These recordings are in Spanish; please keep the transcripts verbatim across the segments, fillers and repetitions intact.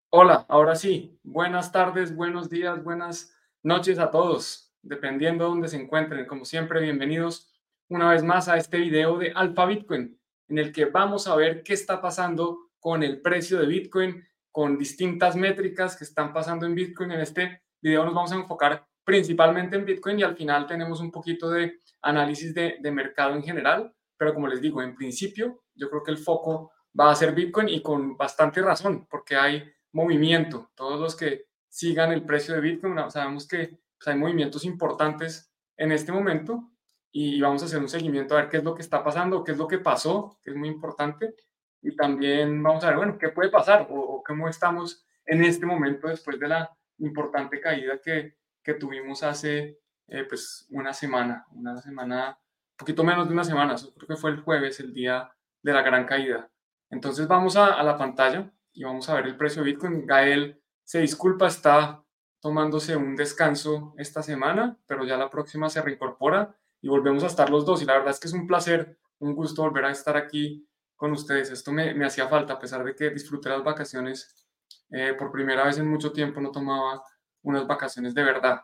Hola, ahora sí. Buenas tardes, buenos días, buenas noches a todos, dependiendo de dónde se encuentren. Como siempre, bienvenidos una vez más a este video de Alfa Bitcoin, en el que vamos a ver qué está pasando con el precio de Bitcoin, con distintas métricas que están pasando en Bitcoin. En este video nos vamos a enfocar principalmente en Bitcoin y al final tenemos un poquito de análisis de, de mercado en general. Pero como les digo, en principio, yo creo que el foco va a ser Bitcoin y con bastante razón, porque hay movimiento. Todos los que sigan el precio de Bitcoin, sabemos que pues, hay movimientos importantes en este momento y vamos a hacer un seguimiento a ver qué es lo que está pasando, qué es lo que pasó, que es muy importante. Y también vamos a ver, bueno, qué puede pasar o, o cómo estamos en este momento después de la importante caída que, que tuvimos hace eh, pues una semana, una semana, un poquito menos de una semana, creo que fue el jueves, el día de la gran caída. Entonces vamos a, a la pantalla y vamos a ver el precio de Bitcoin. Gael se disculpa, está tomándose un descanso esta semana, pero ya la próxima se reincorpora y volvemos a estar los dos. Y la verdad es que es un placer, un gusto volver a estar aquí con ustedes. Esto me, me hacía falta, a pesar de que disfruté las vacaciones. Eh, por primera vez en mucho tiempo no tomaba unas vacaciones de verdad.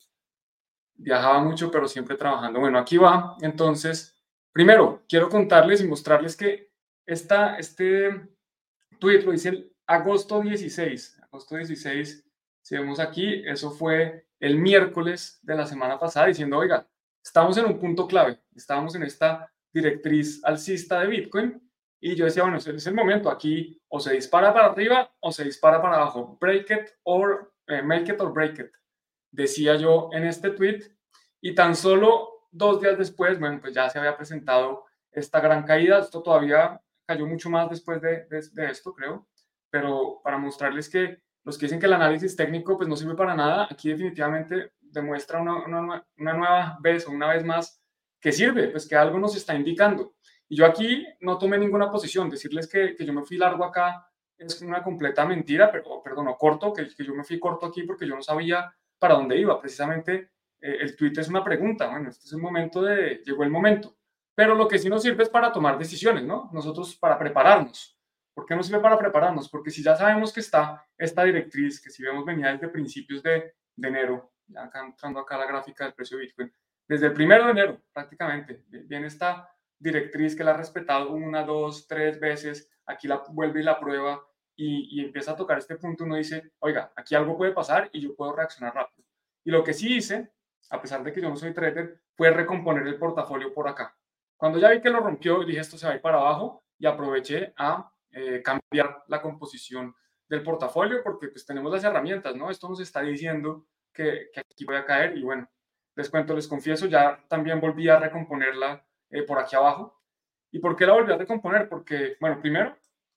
Viajaba mucho, pero siempre trabajando. Bueno, aquí va. Entonces, primero, quiero contarles y mostrarles que esta, este tweet lo hice el agosto dieciséis. Agosto dieciséis, si vemos aquí, eso fue el miércoles de la semana pasada, diciendo, oiga, estamos en un punto clave, estábamos en esta directriz alcista de Bitcoin, y yo decía, bueno, ese es el momento, aquí o se dispara para arriba o se dispara para abajo, break it or eh, make it or break it, decía yo en este tweet, y tan solo dos días después, bueno, pues ya se había presentado esta gran caída. Esto todavía cayó mucho más después de, de, de esto, creo, pero para mostrarles que los que dicen que el análisis técnico pues no sirve para nada, aquí definitivamente demuestra una, una, una nueva vez o una vez más que sirve, pues que algo nos está indicando. Y yo aquí no tomé ninguna posición, decirles que, que yo me fui largo acá es una completa mentira, pero perdón, no corto, que, que yo me fui corto aquí porque yo no sabía para dónde iba. Precisamente eh, el tweet es una pregunta, bueno, este es el momento de, llegó el momento. Pero lo que sí nos sirve es para tomar decisiones, ¿no? Nosotros para prepararnos. ¿Por qué nos sirve para prepararnos? Porque si ya sabemos que está esta directriz, que si vemos venía desde principios de, de enero, ya acá entrando acá la gráfica del precio de Bitcoin, desde el primero de enero prácticamente, viene esta directriz que la ha respetado una, dos, tres veces, aquí la vuelve y la prueba y, y empieza a tocar este punto, uno dice, oiga, aquí algo puede pasar y yo puedo reaccionar rápido. Y lo que sí hice, a pesar de que yo no soy trader, fue recomponer el portafolio por acá. Cuando ya vi que lo rompió, dije esto se va a ir para abajo y aproveché a eh, cambiar la composición del portafolio porque pues tenemos las herramientas, ¿no? Esto nos está diciendo que, que aquí voy a caer y bueno, les cuento, les confieso, ya también volví a recomponerla eh, por aquí abajo. ¿Y por qué la volví a recomponer? Porque, bueno, primero,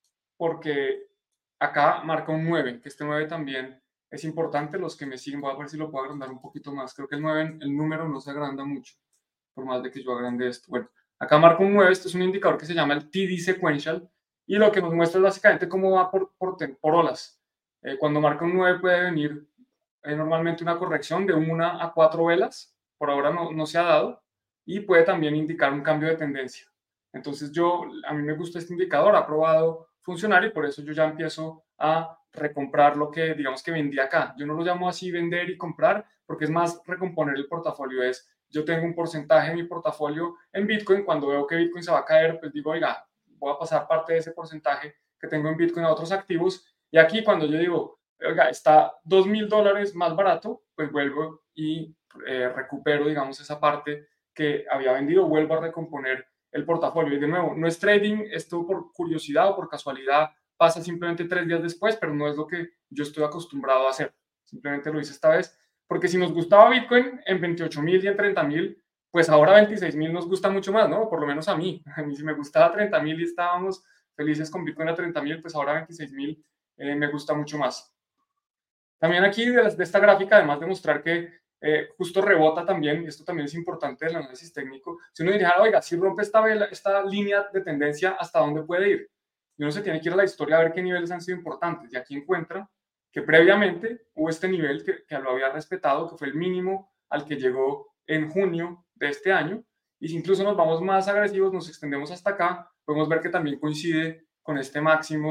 porque acá marca un nueve, que este nueve también es importante. Los que me siguen, voy a ver si lo puedo agrandar un poquito más. Creo que el nueve, el número no se agranda mucho, por más de que yo agrande esto. Bueno, acá marca un nueve, esto es un indicador que se llama el T D Sequential, y lo que nos muestra es básicamente cómo va por, por, por olas. Eh, cuando marca un nueve puede venir eh, normalmente una corrección de una a cuatro velas, por ahora no, no se ha dado, y puede también indicar un cambio de tendencia. Entonces yo, a mí me gusta este indicador, ha probado funcionar y por eso yo ya empiezo a recomprar lo que digamos que vendí acá. Yo no lo llamo así vender y comprar porque es más recomponer el portafolio. Es yo tengo un porcentaje de mi portafolio en Bitcoin, cuando veo que Bitcoin se va a caer, pues digo, oiga, voy a pasar parte de ese porcentaje que tengo en Bitcoin a otros activos. Y aquí cuando yo digo, oiga, está dos mil dólares más barato, pues vuelvo y eh, recupero, digamos, esa parte que había vendido, vuelvo a recomponer el portafolio. Y de nuevo, no es trading, esto por curiosidad o por casualidad pasa simplemente tres días después, pero no es lo que yo estoy acostumbrado a hacer. Simplemente lo hice esta vez, porque si nos gustaba Bitcoin en veintiocho mil y en treinta mil, pues ahora veintiséis mil nos gusta mucho más, ¿no? Por lo menos a mí. A mí si me gustaba treinta mil y estábamos felices con Bitcoin a treinta mil, pues ahora veintiséis mil eh, me gusta mucho más. También aquí de, de esta gráfica, además de mostrar que eh, justo rebota también, y esto también es importante del análisis técnico, si uno dijera, oiga, si rompe esta, vela, esta línea de tendencia, ¿hasta dónde puede ir? Y uno se tiene que ir a la historia a ver qué niveles han sido importantes. Y aquí encuentra que previamente hubo este nivel que, que lo había respetado, que fue el mínimo al que llegó en junio de este año. Y si incluso nos vamos más agresivos, nos extendemos hasta acá, podemos ver que también coincide con este máximo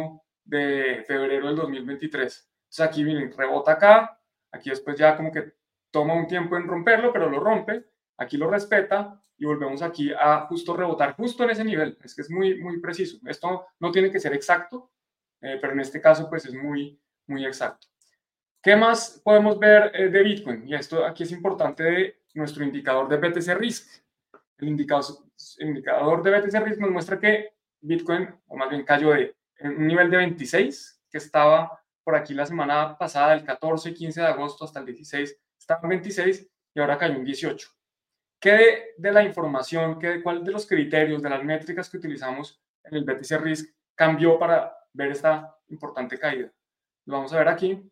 de febrero del dos mil veintitrés. Entonces aquí miren, rebota acá, aquí después ya como que toma un tiempo en romperlo, pero lo rompe, aquí lo respeta y volvemos aquí a justo rebotar, justo en ese nivel. Es que es muy, muy preciso. Esto no tiene que ser exacto, eh, pero en este caso pues es muy, muy exacto. ¿Qué más podemos ver eh, de Bitcoin? Y esto aquí es importante de nuestro indicador de B T C Risk. El indicador, el indicador de B T C Risk nos muestra que Bitcoin, o más bien cayó de un nivel de veintiséis, que estaba por aquí la semana pasada, del catorce, quince de agosto hasta el dieciséis, estaba en veintiséis y ahora cayó en dieciocho. ¿Qué de, de la información, qué de cuál de los criterios, de las métricas que utilizamos en el B T C Risk cambió para ver esta importante caída? Lo vamos a ver aquí,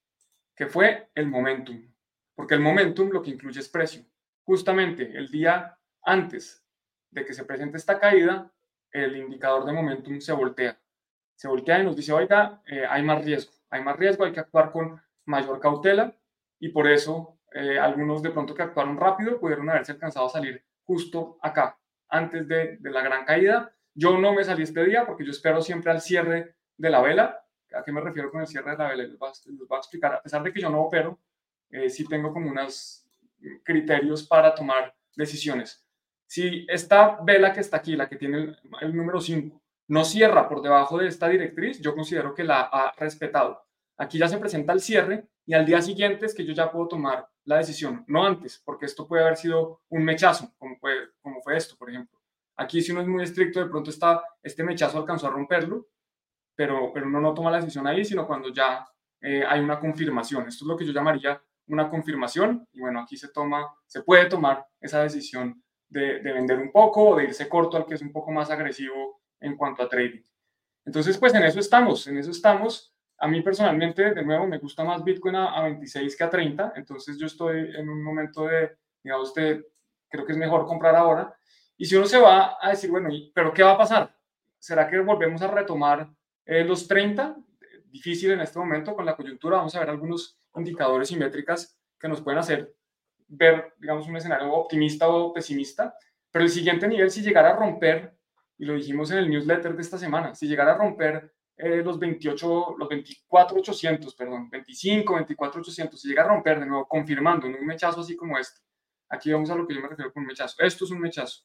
que fue el momentum, porque el momentum lo que incluye es precio. Justamente el día antes de que se presente esta caída, el indicador de momentum se voltea. Se voltea y nos dice, oiga, eh, hay más riesgo, hay más riesgo, hay que actuar con mayor cautela y por eso eh, algunos de pronto que actuaron rápido pudieron haberse alcanzado a salir justo acá, antes de, de la gran caída. Yo no me salí este día porque yo espero siempre al cierre de la vela. ¿A qué me refiero con el cierre de la vela? Les voy a, les voy a explicar. A pesar de que yo no opero, eh, sí tengo como unos criterios para tomar decisiones. Si esta vela que está aquí, la que tiene el, el número cinco, no cierra por debajo de esta directriz, yo considero que la ha respetado. Aquí ya se presenta el cierre y al día siguiente es que yo ya puedo tomar la decisión, no antes, porque esto puede haber sido un mechazo, como fue, como fue esto, por ejemplo. Aquí si uno es muy estricto, de pronto está, este mechazo alcanzó a romperlo, pero, pero uno no toma la decisión ahí, sino cuando ya eh, hay una confirmación. Esto es lo que yo llamaría una confirmación y bueno, aquí se toma, se puede tomar esa decisión de, de vender un poco o de irse corto al que es un poco más agresivo en cuanto a trading. Entonces, pues en eso estamos, en eso estamos. A mí personalmente, de nuevo, me gusta más Bitcoin a, a veintiséis que a treinta, entonces yo estoy en un momento de, digamos, de, creo que es mejor comprar ahora. Y si uno se va a decir, bueno, ¿pero qué va a pasar? ¿Será que volvemos a retomar eh, los treinta? Difícil en este momento con la coyuntura. Vamos a ver algunos indicadores y métricas que nos pueden hacer ver, digamos, un escenario optimista o pesimista. Pero el siguiente nivel, si llegara a romper, y lo dijimos en el newsletter de esta semana, si llegara a romper eh, los veintiocho, los veinticuatro ochocientos, perdón, veinticinco, veinticuatro ochocientos, si llega a romper de nuevo, confirmando en un mechazo así como este, aquí vamos a lo que yo me refiero con un mechazo, esto es un mechazo,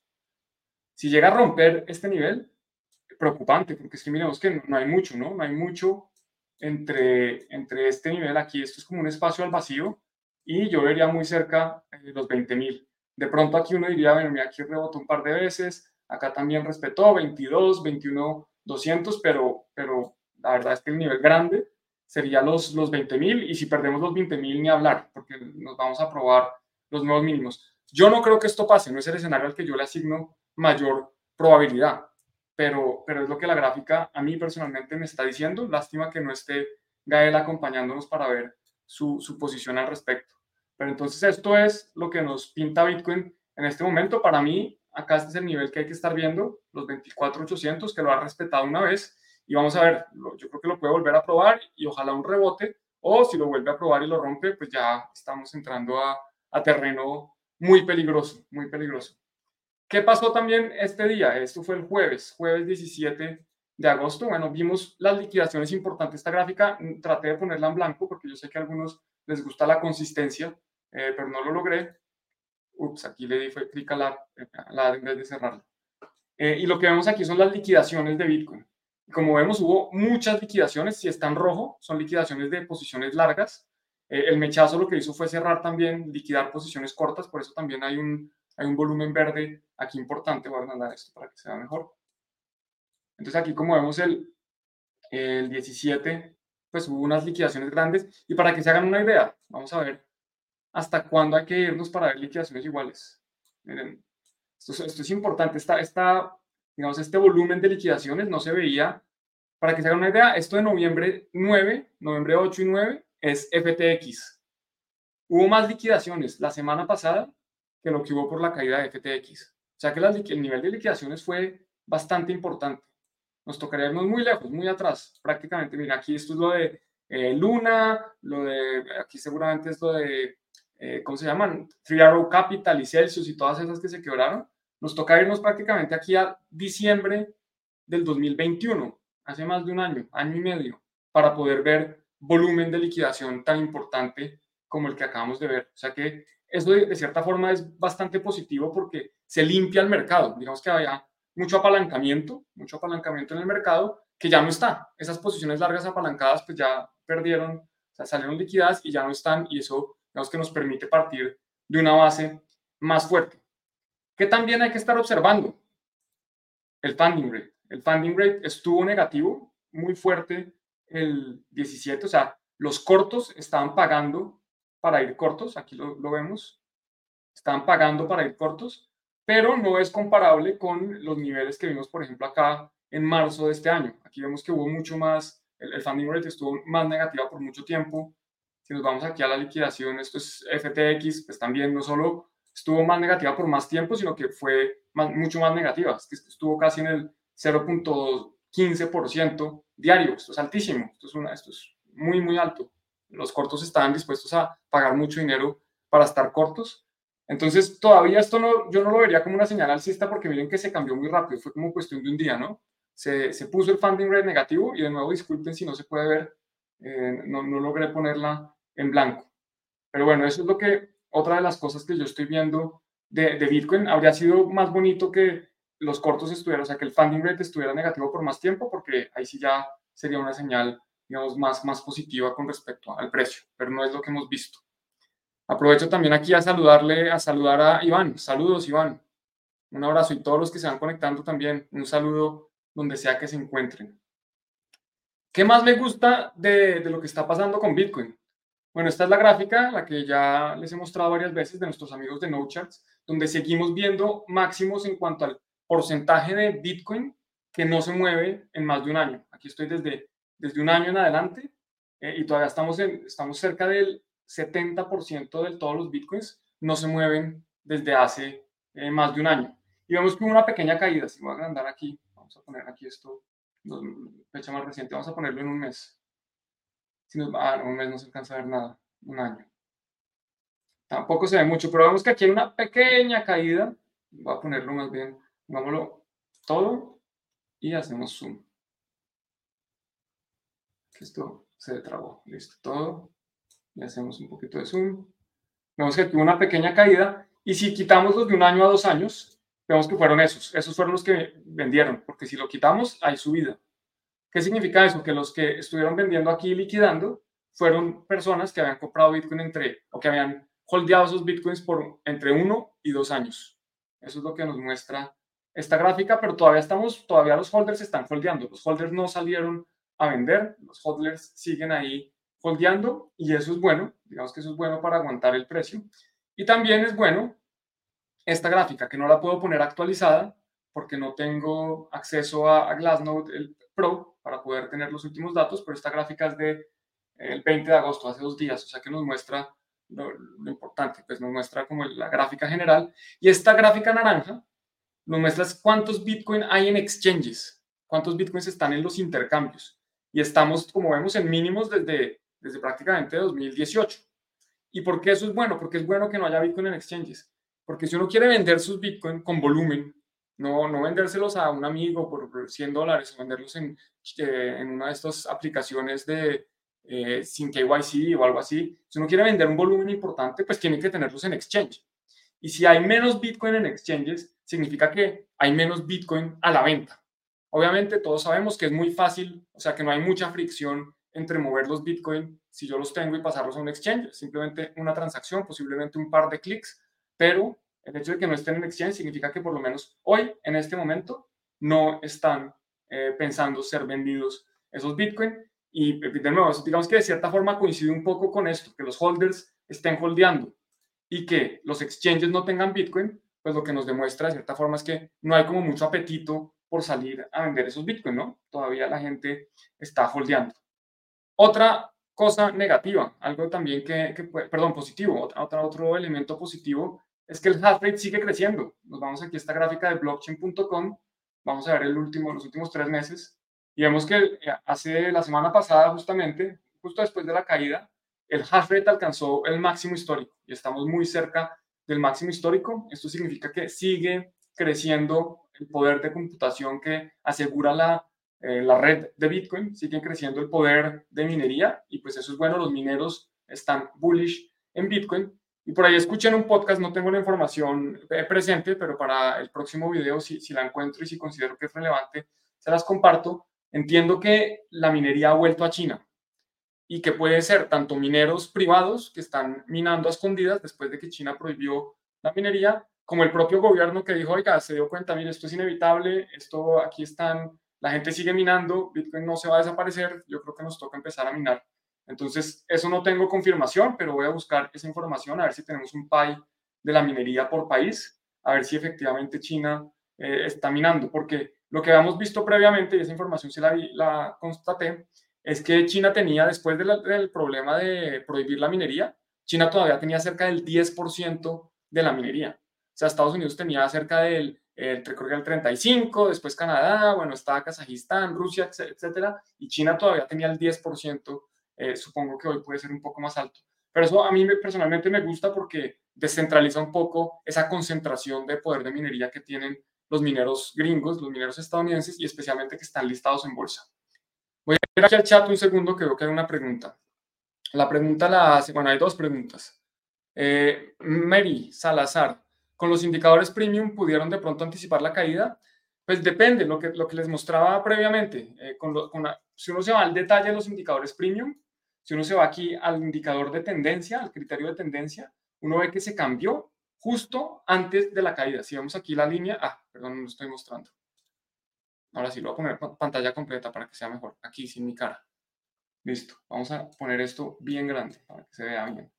si llega a romper este nivel, preocupante, porque es que miremos que no, no hay mucho, ¿no? No hay mucho entre, entre este nivel aquí, esto es como un espacio al vacío, y yo vería muy cerca eh, los veinte mil. De pronto aquí uno diría, bueno, mira, aquí rebotó un par de veces, acá también respetó veintidós, veintiuno, doscientos, pero, pero la verdad es que el nivel grande sería los, los veinte mil, y si perdemos los veinte mil ni hablar, porque nos vamos a probar los nuevos mínimos. Yo no creo que esto pase, no es el escenario al que yo le asigno mayor probabilidad, pero, pero es lo que la gráfica a mí personalmente me está diciendo. Lástima que no esté Gael acompañándonos para ver su, su posición al respecto. Pero entonces esto es lo que nos pinta Bitcoin en este momento. Para mí, acá este es el nivel que hay que estar viendo, los veinticuatro ochocientos, que lo ha respetado una vez. Y vamos a ver, yo creo que lo puede volver a probar y ojalá un rebote. O si lo vuelve a probar y lo rompe, pues ya estamos entrando a, a terreno muy peligroso, muy peligroso. ¿Qué pasó también este día? Esto fue el jueves, jueves diecisiete de agosto. Bueno, vimos las liquidaciones importantes. Esta gráfica traté de ponerla en blanco porque yo sé que a algunos les gusta la consistencia, eh, pero no lo logré. Ups, aquí le di fue clic a la, a la en vez de cerrarla. Eh, y lo que vemos aquí son las liquidaciones de Bitcoin. Como vemos, hubo muchas liquidaciones. Si está en rojo, son liquidaciones de posiciones largas. Eh, el mechazo lo que hizo fue cerrar también, liquidar posiciones cortas. Por eso también hay un, hay un volumen verde aquí importante. Voy a mandar esto para que se vea mejor. Entonces aquí como vemos el, el diecisiete, pues hubo unas liquidaciones grandes. Y para que se hagan una idea, vamos a ver hasta cuándo hay que irnos para ver liquidaciones iguales. Miren, esto, esto es importante. Esta, esta, digamos, este volumen de liquidaciones no se veía. Para que se hagan una idea, esto de noviembre nueve, noviembre ocho y nueve es F T X. Hubo más liquidaciones la semana pasada que lo que hubo por la caída de F T X. O sea que las, el nivel de liquidaciones fue bastante importante. Nos tocaría irnos muy lejos, muy atrás, prácticamente. Mira, aquí esto es lo de eh, Luna, lo de, aquí seguramente es lo de, eh, ¿cómo se llaman? Three Arrow Capital y Celsius y todas esas que se quebraron. Nos toca irnos prácticamente aquí a diciembre del dos mil veintiuno. hace más de un año, año y medio, para poder ver volumen de liquidación tan importante como el que acabamos de ver. O sea que eso de, de cierta forma es bastante positivo porque se limpia el mercado. Digamos que había mucho apalancamiento, mucho apalancamiento en el mercado que ya no está. Esas posiciones largas apalancadas pues ya perdieron, o sea, salieron liquidadas y ya no están, y eso digamos que nos permite partir de una base más fuerte. ¿Qué también hay que estar observando? El funding rate. El funding rate estuvo negativo, muy fuerte el diecisiete, o sea, los cortos estaban pagando para ir cortos, aquí lo, lo vemos, estaban pagando para ir cortos, pero no es comparable con los niveles que vimos, por ejemplo, acá en marzo de este año. Aquí vemos que hubo mucho más, el, el funding rate estuvo más negativa por mucho tiempo. Si nos vamos aquí a la liquidación, esto es F T X, pues también no solo estuvo más negativa por más tiempo, sino que fue más, mucho más negativa. Es que estuvo casi en el cero punto quince por ciento diario. Esto es altísimo, esto es, una, esto es muy, muy alto. Los cortos estaban dispuestos a pagar mucho dinero para estar cortos. Entonces, todavía esto no, yo no lo vería como una señal alcista porque miren que se cambió muy rápido, fue como cuestión de un día, ¿no? Se, se puso el funding rate negativo y de nuevo disculpen si no se puede ver, eh, no, no logré ponerla en blanco. Pero bueno, eso es lo que, otra de las cosas que yo estoy viendo de, de Bitcoin. Habría sido más bonito que los cortos estuvieran, o sea, que el funding rate estuviera negativo por más tiempo, porque ahí sí ya sería una señal, digamos, más, más positiva con respecto al precio, pero no es lo que hemos visto. Aprovecho también aquí a saludarle, a saludar a Iván. Saludos, Iván. Un abrazo, y todos los que se van conectando también, un saludo donde sea que se encuentren. ¿Qué más me gusta de, de lo que está pasando con Bitcoin? Bueno, esta es la gráfica, la que ya les he mostrado varias veces de nuestros amigos de NoCharts, donde seguimos viendo máximos en cuanto al porcentaje de Bitcoin que no se mueve en más de un año. Aquí estoy desde, desde un año en adelante, eh, y todavía estamos, en, estamos cerca del setenta por ciento de todos los Bitcoins no se mueven desde hace eh, más de un año. Y vemos que hubo una pequeña caída. Si voy a agrandar aquí, vamos a poner aquí esto, fecha más reciente, vamos a ponerlo en un mes. Si nos, ah, no, un mes no se alcanza a ver nada, un año. Tampoco se ve mucho, pero vemos que aquí hay una pequeña caída. Voy a ponerlo más bien, pongámoslo todo y hacemos zoom. Esto se trabó, listo, todo. Y hacemos un poquito de zoom. Vemos que tuvo una pequeña caída, y si quitamos los de un año a dos años, vemos que fueron esos. Esos fueron los que vendieron, porque si lo quitamos, hay subida. ¿Qué significa eso? Que los que estuvieron vendiendo aquí y liquidando fueron personas que habían comprado Bitcoin entre, o que habían holdeado esos Bitcoins por entre uno y dos años. Eso es lo que nos muestra esta gráfica, pero todavía estamos, todavía los holders están holdeando. Los holders no salieron a vender, los holders siguen ahí holdeando, y eso es bueno, digamos que eso es bueno para aguantar el precio. Y también es bueno esta gráfica, que no la puedo poner actualizada porque no tengo acceso a, a Glassnode el Pro para poder tener los últimos datos, pero esta gráfica es de el veinte de agosto, hace dos días, o sea que nos muestra lo, lo importante, pues nos muestra como la gráfica general. Y esta gráfica naranja nos muestra cuántos Bitcoin hay en exchanges, cuántos Bitcoins están en los intercambios. Y estamos, como vemos, en mínimos desde, desde prácticamente dos mil dieciocho. ¿Y por qué eso es bueno? Porque es bueno que no haya Bitcoin en exchanges. Porque si uno quiere vender sus Bitcoin con volumen, no, no vendérselos a un amigo por cien dólares, venderlos en, eh, en una de estas aplicaciones de eh, sin K Y C o algo así. Si uno quiere vender un volumen importante, pues tiene que tenerlos en exchange. Y si hay menos Bitcoin en exchanges, significa que hay menos Bitcoin a la venta. Obviamente todos sabemos que es muy fácil, o sea que no hay mucha fricción entre mover los Bitcoin si yo los tengo y pasarlos a un exchange. Simplemente una transacción, posiblemente un par de clics, pero el hecho de que no estén en exchange significa que por lo menos hoy, en este momento, no están eh, pensando ser vendidos esos Bitcoin. Y de nuevo, digamos que de cierta forma coincide un poco con esto, que los holders estén holdeando y que los exchanges no tengan Bitcoin, pues lo que nos demuestra de cierta forma es que no hay como mucho apetito por salir a vender esos Bitcoin, ¿no? Todavía la gente está holdeando. Otra cosa negativa, algo también que, que perdón, positivo, otra, otro elemento positivo es que el hash rate sigue creciendo. Nos vamos aquí a esta gráfica de blockchain punto com, vamos a ver el último, los últimos tres meses, y vemos que hace la semana pasada, justamente, justo después de la caída, el hash rate alcanzó el máximo histórico y estamos muy cerca del máximo histórico. Esto significa que sigue creciendo el poder de computación que asegura la eh, la red de Bitcoin, siguen creciendo el poder de minería y pues eso es bueno, los mineros están bullish en Bitcoin. Y por ahí escuché en un podcast, no tengo la información eh, presente, pero para el próximo video, si, si la encuentro y si considero que es relevante, se las comparto. Entiendo que la minería ha vuelto a China y que puede ser tanto mineros privados que están minando a escondidas después de que China prohibió la minería, como el propio gobierno que dijo, oiga, se dio cuenta, mire, esto es inevitable, esto aquí están, la gente sigue minando, Bitcoin no se va a desaparecer, yo creo que nos toca empezar a minar. Entonces, eso no tengo confirmación, pero voy a buscar esa información, a ver si tenemos un pie de la minería por país, a ver si efectivamente China eh, está minando, porque lo que habíamos visto previamente, y esa información se la, la constaté, es que China tenía, después de la, del problema de prohibir la minería, China todavía tenía cerca del diez por ciento de la minería. O sea, Estados Unidos tenía cerca del, el, creo que el treinta y cinco, después Canadá, bueno, estaba Kazajistán, Rusia, etcétera, y China todavía tenía el diez por ciento, eh, supongo que hoy puede ser un poco más alto. Pero eso a mí me, personalmente me gusta porque descentraliza un poco esa concentración de poder de minería que tienen los mineros gringos, los mineros estadounidenses y especialmente que están listados en bolsa. Voy a ir aquí al chat un segundo que veo que hay una pregunta. La pregunta la hace, bueno, hay dos preguntas. Eh, Mary Salazar, ¿con los indicadores premium pudieron de pronto anticipar la caída? Pues depende, lo que, lo que les mostraba previamente. Eh, con lo, con la, si uno se va al detalle de los indicadores premium, si uno se va aquí al indicador de tendencia, al criterio de tendencia, uno ve que se cambió justo antes de la caída. Si vemos aquí la línea, ah, perdón, no lo estoy mostrando. Ahora sí, lo voy a poner pantalla completa para que sea mejor, aquí sin mi cara. Listo, vamos a poner esto bien grande para que se vea bien.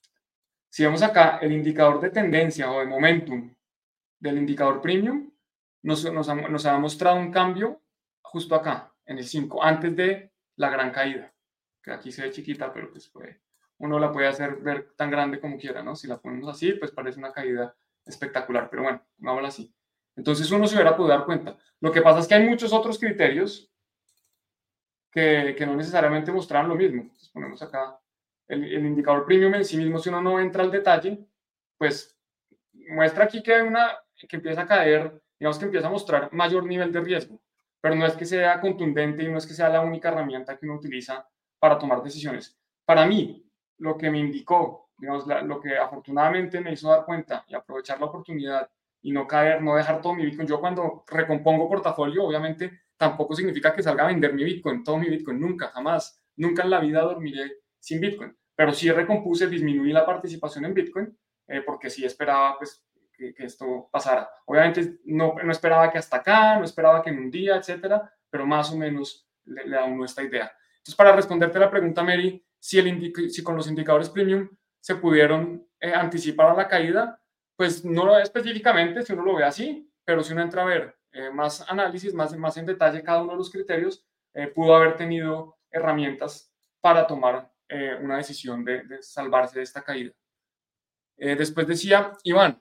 Si vemos acá el indicador de tendencia o de momentum del indicador premium, nos, nos, ha, nos ha mostrado un cambio justo acá, en el cinco, antes de la gran caída. Que aquí se ve chiquita, pero pues puede, uno la puede hacer ver tan grande como quiera, ¿no? Si la ponemos así, pues parece una caída espectacular, pero bueno, pongámosla así. Entonces uno se hubiera podido dar cuenta. Lo que pasa es que hay muchos otros criterios que, que no necesariamente mostraban lo mismo. Entonces ponemos acá el, el indicador premium en sí mismo, si uno no entra al detalle, pues muestra aquí que hay una que empieza a caer, digamos que empieza a mostrar mayor nivel de riesgo, pero no es que sea contundente y no es que sea la única herramienta que uno utiliza para tomar decisiones. Para mí, lo que me indicó, digamos, la, lo que afortunadamente me hizo dar cuenta y aprovechar la oportunidad y no caer, no dejar todo mi Bitcoin. Yo cuando recompongo portafolio, obviamente tampoco significa que salga a vender mi Bitcoin, todo mi Bitcoin, nunca, jamás, nunca en la vida dormiré sin Bitcoin, pero sí recompuse, disminuí la participación en Bitcoin, eh, porque sí esperaba pues que, que, esto pasara. Obviamente no, no esperaba que hasta acá, no esperaba que en un día, etcétera, pero más o menos le, le da uno esta idea. Entonces, para responderte la pregunta, Mary, si, el si con los indicadores premium se pudieron eh, anticipar a la caída, pues no lo específicamente, si uno lo ve así, pero si uno entra a ver eh, más análisis, más, más en detalle cada uno de los criterios, eh, pudo haber tenido herramientas para tomar eh, una decisión de, de salvarse de esta caída. Eh, después decía Iván,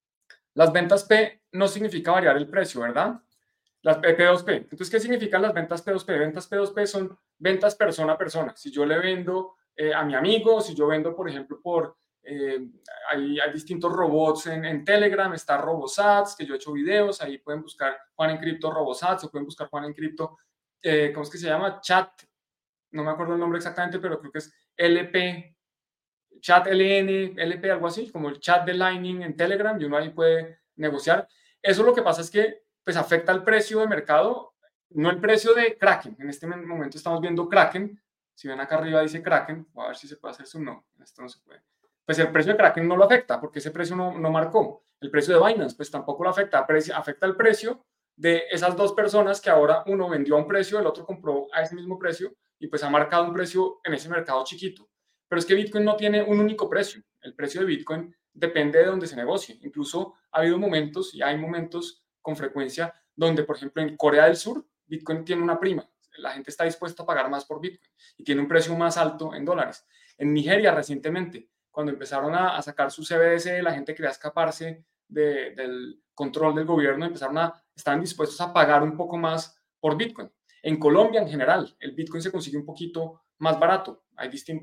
las ventas P no significa variar el precio, ¿verdad? Las P dos P. Entonces, ¿qué significan las ventas P dos P? Ventas P dos P son ventas persona a persona. Si yo le vendo eh, a mi amigo, si yo vendo, por ejemplo, por... Eh, hay, hay, distintos robots en, en Telegram, está Robosats, que yo he hecho videos, ahí pueden buscar Juan en Cripto Robosats o pueden buscar Juan en Cripto, eh, ¿cómo es que se llama? Chat, no me acuerdo el nombre exactamente, pero creo que es L P, Chat L N, L P, algo así, como el chat de Lightning en Telegram, y uno ahí puede negociar. Eso lo que pasa es que pues afecta el precio de mercado, no el precio de Kraken. En este momento estamos viendo Kraken. Si ven acá arriba dice Kraken, voy a ver si se puede hacer zoom, no, esto no se puede. Pues el precio de Kraken no lo afecta, porque ese precio no, no marcó. El precio de Binance, pues tampoco lo afecta, afecta el precio de esas dos personas que ahora uno vendió a un precio, el otro compró a ese mismo precio, y pues ha marcado un precio en ese mercado chiquito. Pero es que Bitcoin no tiene un único precio. El precio de Bitcoin depende de donde se negocie. Incluso ha habido momentos, y hay momentos con frecuencia, donde, por ejemplo, en Corea del Sur, Bitcoin tiene una prima. La gente está dispuesta a pagar más por Bitcoin y tiene un precio más alto en dólares. En Nigeria, recientemente, cuando empezaron a, a sacar su C B D C, la gente quería escaparse de, del control del gobierno, empezaron a, estaban dispuestos a pagar un poco más por Bitcoin. En Colombia, en general, el Bitcoin se consigue un poquito más barato. Hay distintas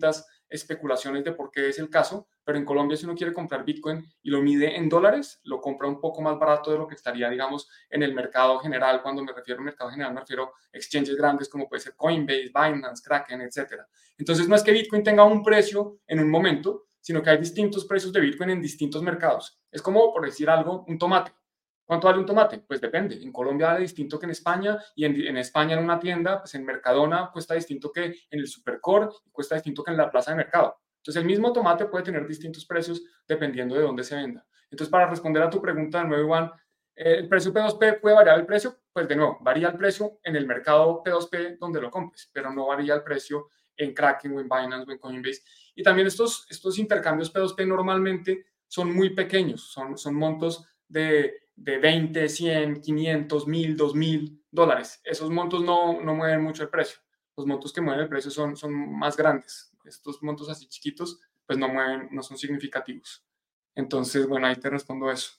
especulaciones de por qué es el caso, pero en Colombia si uno quiere comprar Bitcoin y lo mide en dólares, lo compra un poco más barato de lo que estaría, digamos, en el mercado general. Cuando me refiero al mercado general, me refiero a exchanges grandes como puede ser Coinbase, Binance, Kraken, etcétera. Entonces no es que Bitcoin tenga un precio en un momento, sino que hay distintos precios de Bitcoin en distintos mercados. Es como, por decir algo, un tomate. ¿Cuánto vale un tomate? Pues depende. En Colombia vale distinto que en España, y en, en España en una tienda, pues en Mercadona cuesta distinto que en el Supercore y cuesta distinto que en la plaza de mercado. Entonces el mismo tomate puede tener distintos precios dependiendo de dónde se venda. Entonces, para responder a tu pregunta de nuevo, Iván, eh, ¿el precio P dos P puede variar el precio? Pues de nuevo, varía el precio en el mercado P dos P donde lo compres, pero no varía el precio en Kraken o en Binance o en Coinbase. Y también estos, estos intercambios P dos P normalmente son muy pequeños, son, son montos de, de veinte, cien, quinientos, mil, dos mil dólares. Esos montos no, no mueven mucho el precio. Los montos que mueven el precio son, son más grandes. Estos montos así chiquitos, pues no mueven, no son significativos. Entonces, bueno, ahí te respondo eso.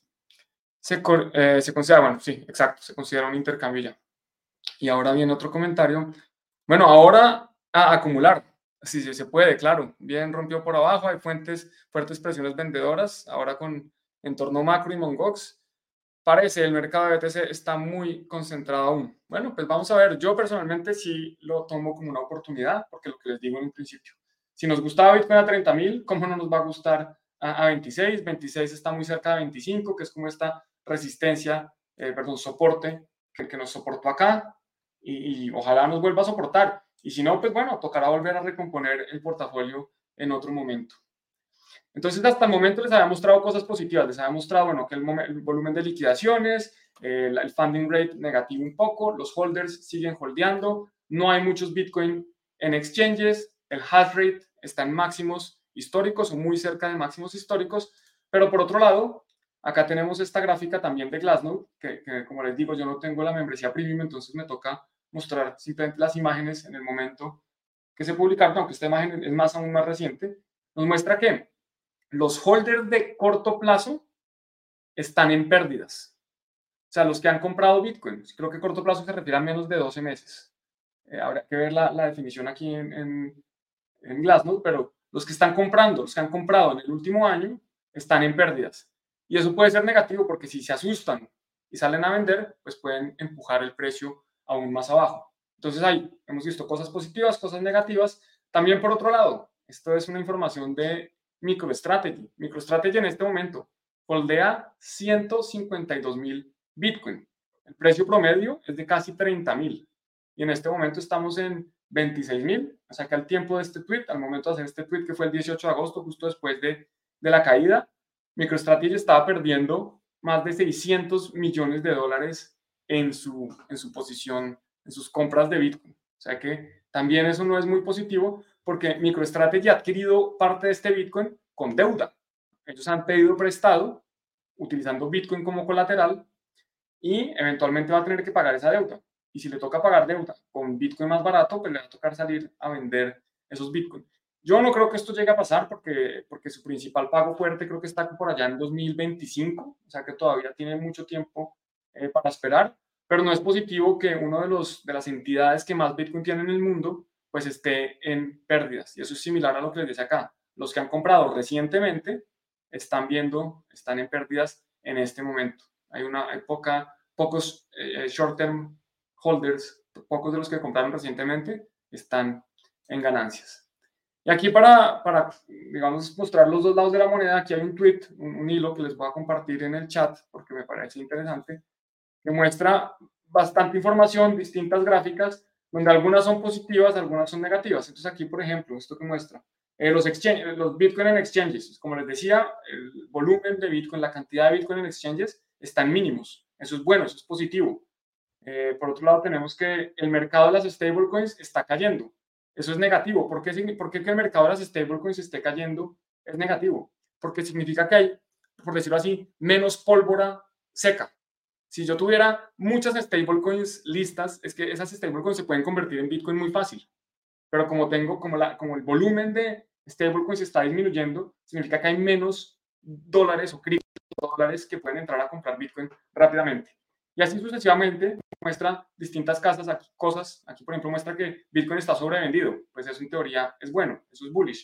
Se, eh, se considera, bueno, sí, exacto, se considera un intercambio ya. Y ahora viene otro comentario. Bueno, ahora a acumular. Sí, sí, se puede, claro. Bien rompió por abajo, hay fuentes, fuertes presiones vendedoras. Ahora con entorno macro y Mongox, parece el mercado de B T C está muy concentrado aún. Bueno, pues vamos a ver. Yo personalmente sí lo tomo como una oportunidad, porque lo que les digo en un principio, si nos gustaba Bitcoin a treinta mil, ¿cómo no nos va a gustar a, a veintiséis? veintiséis está muy cerca de veinticinco, que es como esta resistencia, eh, perdón, soporte que, que nos soportó acá. Y, y ojalá nos vuelva a soportar. Y si no, pues bueno, tocará volver a recomponer el portafolio en otro momento. Entonces, hasta el momento les había mostrado cosas positivas. Les había mostrado, bueno, que el, el volumen de liquidaciones, eh, el funding rate negativo un poco, los holders siguen holdeando, no hay muchos Bitcoin en exchanges, el hash rate está en máximos históricos o muy cerca de máximos históricos, pero por otro lado, acá tenemos esta gráfica también de Glassnode, que, que como les digo, yo no tengo la membresía premium, entonces me toca mostrar simplemente las imágenes en el momento que se publicaron, aunque esta imagen es más aún más reciente, nos muestra que los holders de corto plazo están en pérdidas. O sea, los que han comprado Bitcoin, creo que corto plazo se refiere a menos de doce meses. Eh, habrá que ver la, la definición aquí en, en, en Glassnode, pero los que están comprando, los que han comprado en el último año, están en pérdidas. Y eso puede ser negativo porque si se asustan y salen a vender, pues pueden empujar el precio aún más abajo. Entonces ahí hemos visto cosas positivas, cosas negativas. También por otro lado, esto es una información de MicroStrategy. MicroStrategy en este momento holdea ciento cincuenta y dos mil Bitcoin. El precio promedio es de casi treinta mil. Y en este momento estamos en veintiséis mil. O sea que al tiempo de este tweet, al momento de hacer este tweet, que fue el dieciocho de agosto, justo después de, de la caída, MicroStrategy estaba perdiendo más de seiscientos millones de dólares en su, en su posición, en sus compras de Bitcoin. O sea que también eso no es muy positivo porque MicroStrategy ha adquirido parte de este Bitcoin con deuda. Ellos han pedido prestado utilizando Bitcoin como colateral y eventualmente va a tener que pagar esa deuda. Y si le toca pagar deuda con Bitcoin más barato, pues le va a tocar salir a vender esos Bitcoin. Yo no creo que esto llegue a pasar porque, porque su principal pago fuerte creo que está por allá en dos mil veinticinco, o sea que todavía tiene mucho tiempo eh, para esperar, pero no es positivo que uno de, los, de las entidades que más Bitcoin tiene en el mundo pues esté en pérdidas. Y eso es similar a lo que les decía acá. Los que han comprado recientemente están viendo, están en pérdidas en este momento. Hay, una, hay poca, pocos eh, short-term holders, pocos de los que compraron recientemente están en ganancias. Y aquí para, para, digamos, mostrar los dos lados de la moneda, aquí hay un tweet, un, un hilo que les voy a compartir en el chat porque me parece interesante, que muestra bastante información, distintas gráficas, donde algunas son positivas, algunas son negativas. Entonces aquí, por ejemplo, esto que muestra, eh, los, exchange, los Bitcoin en exchanges, como les decía, el volumen de Bitcoin, la cantidad de Bitcoin en exchanges están mínimos. Eso es bueno, eso es positivo. Eh, por otro lado, tenemos que el mercado de las stablecoins está cayendo. Eso es negativo. ¿Por qué, ¿Por qué que el mercado de las stablecoins esté cayendo es negativo? Porque significa que hay, por decirlo así, menos pólvora seca. Si yo tuviera muchas stablecoins listas, es que esas stablecoins se pueden convertir en Bitcoin muy fácil. Pero como tengo, como, la, como el volumen de stablecoins está disminuyendo, significa que hay menos dólares o criptodólares que pueden entrar a comprar Bitcoin rápidamente. Y así sucesivamente muestra distintas casas, aquí, cosas. Aquí, por ejemplo, muestra que Bitcoin está sobrevendido. Pues eso en teoría es bueno, eso es bullish.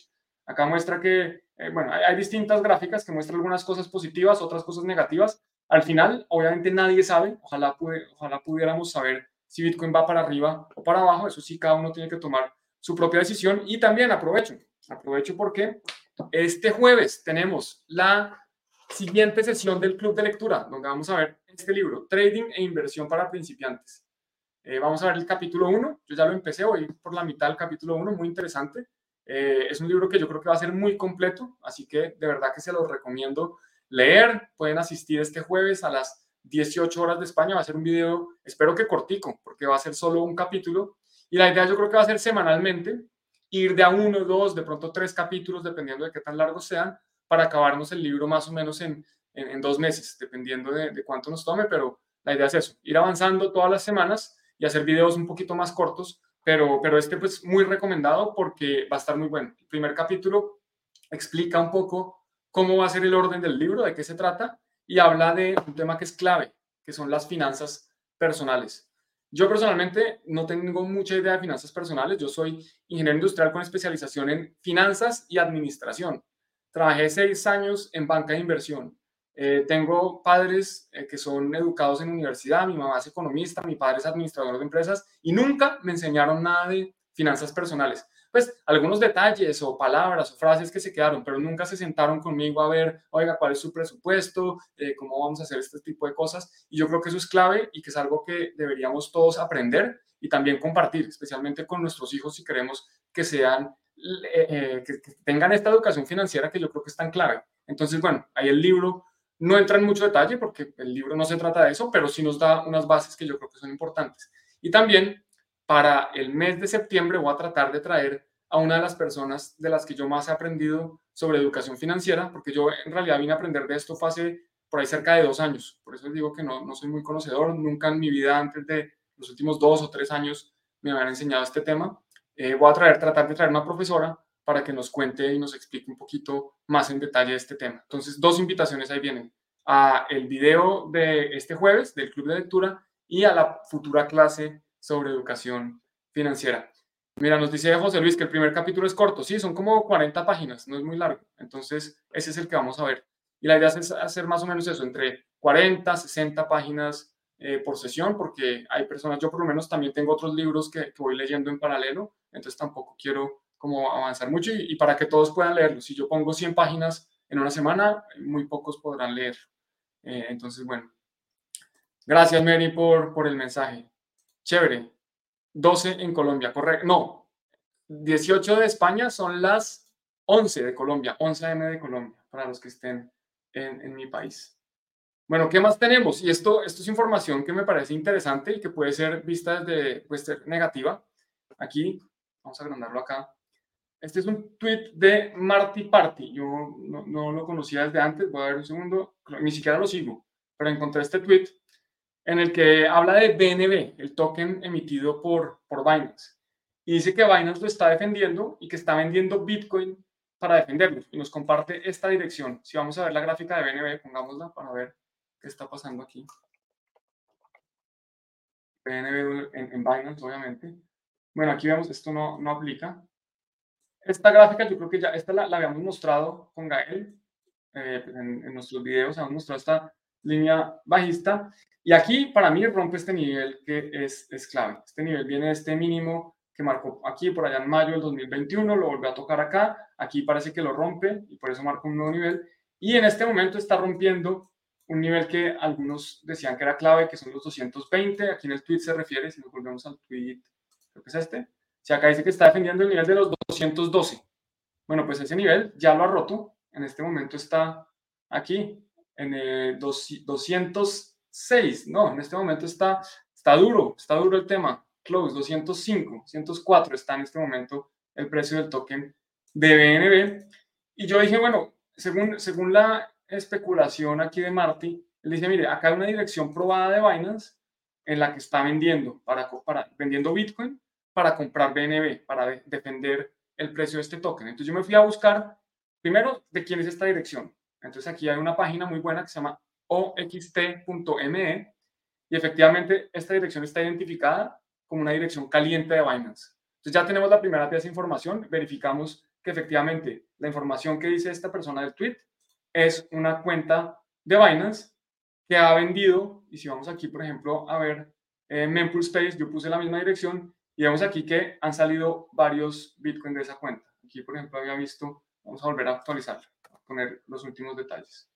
Acá muestra que, eh, bueno, hay, hay distintas gráficas que muestran algunas cosas positivas, otras cosas negativas. Al final, obviamente nadie sabe, ojalá, pude, ojalá pudiéramos saber si Bitcoin va para arriba o para abajo, eso sí, cada uno tiene que tomar su propia decisión. Y también aprovecho, aprovecho porque este jueves tenemos la siguiente sesión del club de lectura, donde vamos a ver este libro, Trading e Inversión para Principiantes. Eh, vamos a ver el capítulo uno, yo ya lo empecé, voy por la mitad del capítulo uno, muy interesante. Eh, es un libro que yo creo que va a ser muy completo, así que de verdad que se los recomiendo leer. Pueden asistir este jueves a las dieciocho horas de España, va a ser un video, espero que cortico, porque va a ser solo un capítulo. Y la idea yo creo que va a ser semanalmente, ir de a uno, dos, de pronto tres capítulos, dependiendo de qué tan largos sean, para acabarnos el libro más o menos en, en, en dos meses, dependiendo de, de cuánto nos tome, pero la idea es eso, ir avanzando todas las semanas y hacer videos un poquito más cortos, pero, pero este pues muy recomendado porque va a estar muy bueno. El primer capítulo explica un poco cómo va a ser el orden del libro, de qué se trata, y habla de un tema que es clave, que son las finanzas personales. Yo personalmente no tengo mucha idea de finanzas personales, yo soy ingeniero industrial con especialización en finanzas y administración. Trabajé seis años en banca de inversión. Eh, tengo padres eh, que son educados en universidad, mi mamá es economista, mi padre es administrador de empresas y nunca me enseñaron nada de finanzas personales. Pues algunos detalles o palabras o frases que se quedaron, pero nunca se sentaron conmigo a ver, oiga, cuál es su presupuesto, eh, cómo vamos a hacer este tipo de cosas. Y yo creo que eso es clave y que es algo que deberíamos todos aprender y también compartir, especialmente con nuestros hijos si queremos que sean, eh, eh, que, que tengan esta educación financiera que yo creo que es tan clave. Entonces, bueno, ahí el libro no entra en mucho detalle porque el libro no se trata de eso, pero sí nos da unas bases que yo creo que son importantes. Y también para el mes de septiembre voy a tratar de traer a una de las personas de las que yo más he aprendido sobre educación financiera, porque yo en realidad vine a aprender de esto fue hace por ahí cerca de dos años. Por eso les digo que no, no soy muy conocedor, nunca en mi vida antes de los últimos dos o tres años me habían enseñado este tema. Eh, voy a traer, tratar de traer una profesora para que nos cuente y nos explique un poquito más en detalle este tema. Entonces, dos invitaciones ahí vienen. A el video de este jueves del Club de Lectura y a la futura clase sobre educación financiera. Mira, nos dice José Luis que el primer capítulo es corto. Sí, son como cuarenta páginas, no es muy largo. Entonces, ese es el que vamos a ver. Y la idea es hacer más o menos eso, entre cuarenta, sesenta páginas eh, por sesión, porque hay personas, yo por lo menos también tengo otros libros que, que voy leyendo en paralelo, entonces tampoco quiero como avanzar mucho y, y para que todos puedan leerlo. Si yo pongo cien páginas en una semana, muy pocos podrán leer. Eh, entonces, bueno. Gracias, Mary, por, por el mensaje. Chévere. doce en Colombia, correcto. No, dieciocho de España son las once de Colombia, once a m de Colombia, para los que estén en, en mi país. Bueno, ¿qué más tenemos? Y esto, esto es información que me parece interesante y que puede ser vista desde, puede ser negativa. Aquí, vamos a agrandarlo acá. Este es un tweet de Marty Party. Yo no, no lo conocía desde antes. Voy a ver un segundo. Ni siquiera lo sigo, pero encontré este tweet en el que habla de B N B, el token emitido por, por Binance. Y dice que Binance lo está defendiendo y que está vendiendo Bitcoin para defenderlo. Y nos comparte esta dirección. Si vamos a ver la gráfica de B N B, pongámosla para ver qué está pasando aquí. B N B en, en Binance, obviamente. Bueno, aquí vemos, esto no, no aplica. Esta gráfica yo creo que ya, esta la, la habíamos mostrado con Gael eh, en, en nuestros videos, habíamos mostrado esta línea bajista. Y aquí para mí rompe este nivel que es, es clave. Este nivel viene de este mínimo que marcó aquí por allá en mayo del dos mil veintiuno, lo volvió a tocar acá, aquí parece que lo rompe y por eso marca un nuevo nivel. Y en este momento está rompiendo un nivel que algunos decían que era clave, que son los doscientos veinte. Aquí en el tweet se refiere, si nos volvemos al tweet, creo que es este. Si acá dice que está defendiendo el nivel de los doscientos doce. Bueno, pues ese nivel ya lo ha roto. En este momento está aquí en el doscientos seis. No, en este momento está, está duro, está duro el tema. Close, doscientos cinco, doscientos cuatro está en este momento el precio del token de B N B. Y yo dije, bueno, según, según la especulación aquí de Marty, él dice, mire, acá hay una dirección probada de Binance en la que está vendiendo, para, para, vendiendo Bitcoin para comprar B N B, para de, defender el precio de este token. Entonces yo me fui a buscar, primero, de quién es esta dirección. Entonces aquí hay una página muy buena que se llama o x t punto m e y efectivamente esta dirección está identificada como una dirección caliente de Binance. Entonces ya tenemos la primera pieza de información, verificamos que efectivamente la información que dice esta persona del tweet es una cuenta de Binance que ha vendido, y si vamos aquí, por ejemplo, a ver eh, Mempool Space, yo puse la misma dirección y vemos aquí que han salido varios Bitcoin de esa cuenta. Aquí, por ejemplo, había visto, vamos a volver a actualizarlo, a poner los últimos detalles.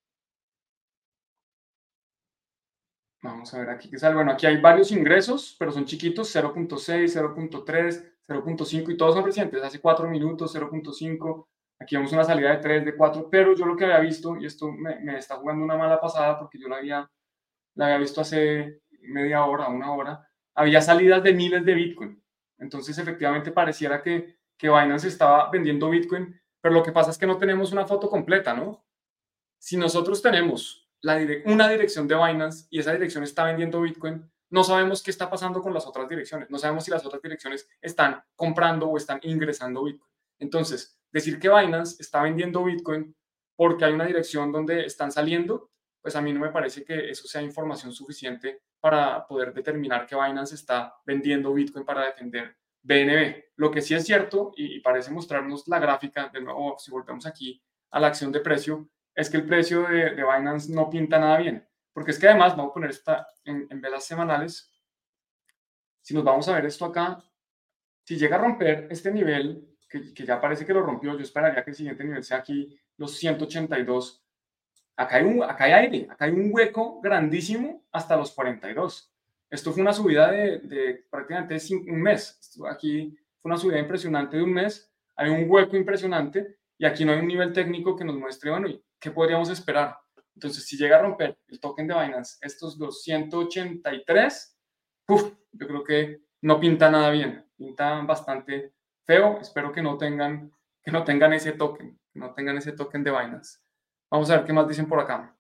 Vamos a ver aquí qué sale. Bueno, aquí hay varios ingresos, pero son chiquitos, cero punto seis, cero punto tres, cero punto cinco y todos son recientes, hace cuatro minutos, cero punto cinco. Aquí vemos una salida de tres, de cuatro, pero yo lo que había visto, y esto me, me está jugando una mala pasada porque yo la había, la había visto hace media hora, una hora, había salidas de miles de Bitcoin. Entonces, efectivamente, pareciera que, que Binance estaba vendiendo Bitcoin, pero lo que pasa es que no tenemos una foto completa, ¿no? Si nosotros tenemos la dire una dirección de Binance y esa dirección está vendiendo Bitcoin, no sabemos qué está pasando con las otras direcciones. No sabemos si las otras direcciones están comprando o están ingresando Bitcoin. Entonces, decir que Binance está vendiendo Bitcoin porque hay una dirección donde están saliendo, pues a mí no me parece que eso sea información suficiente para poder determinar que Binance está vendiendo Bitcoin para defender B N B. Lo que sí es cierto, y parece mostrarnos la gráfica, de nuevo, si volvemos aquí a la acción de precio, es que el precio de, de Binance no pinta nada bien. Porque es que además, vamos a poner esta en, en velas semanales, si nos vamos a ver esto acá, si llega a romper este nivel, que, que ya parece que lo rompió, yo esperaría que el siguiente nivel sea aquí los ciento ochenta y dos. Acá hay, un, acá hay aire, acá hay un hueco grandísimo hasta los cuarenta y dos. Esto fue una subida de, de prácticamente un mes. Esto aquí fue una subida impresionante de un mes. Hay un hueco impresionante y aquí no hay un nivel técnico que nos muestre, bueno, ¿qué podríamos esperar? Entonces, si llega a romper el token de Binance estos los ciento ochenta y tres, uf, yo creo que no pinta nada bien. Pinta bastante feo. Espero que no tengan, que no tengan ese token, que no tengan ese token de Binance. Vamos a ver qué más dicen por acá.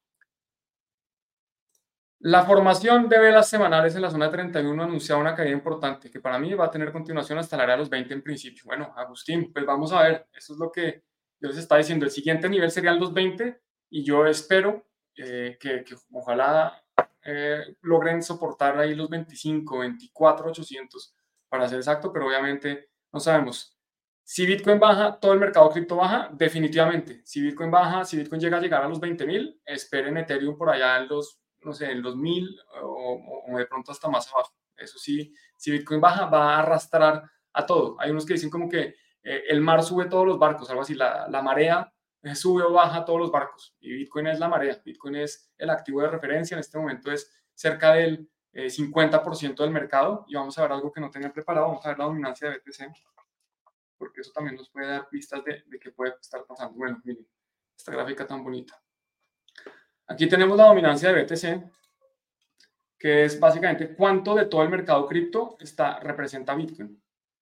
La formación de velas semanales en la zona treinta y uno anunciaba una caída importante que para mí va a tener continuación hasta la área de los veinte en principio. Bueno, Agustín, pues vamos a ver. Eso es lo que yo les estaba diciendo. El siguiente nivel serían los veinte y yo espero eh, que, que, ojalá eh, logren soportar ahí los veinticinco, veinticuatro, ochocientos para ser exacto, pero obviamente no sabemos. Si Bitcoin baja, todo el mercado cripto baja, definitivamente. Si Bitcoin baja, si Bitcoin llega a llegar a los veinte mil, esperen Ethereum por allá en los, no sé, en los mil o, o de pronto hasta más abajo. Eso sí, si Bitcoin baja, va a arrastrar a todo. Hay unos que dicen como que eh, el mar sube todos los barcos, algo así, la, la marea sube o baja todos los barcos. Y Bitcoin es la marea, Bitcoin es el activo de referencia, en este momento es cerca del eh, cincuenta por ciento del mercado. Y vamos a ver algo que no tenía preparado, vamos a ver la dominancia de B T C, porque eso también nos puede dar pistas de, de qué puede estar pasando. Bueno, miren, esta gráfica tan bonita. Aquí tenemos la dominancia de B T C, que es básicamente cuánto de todo el mercado cripto está, representa Bitcoin.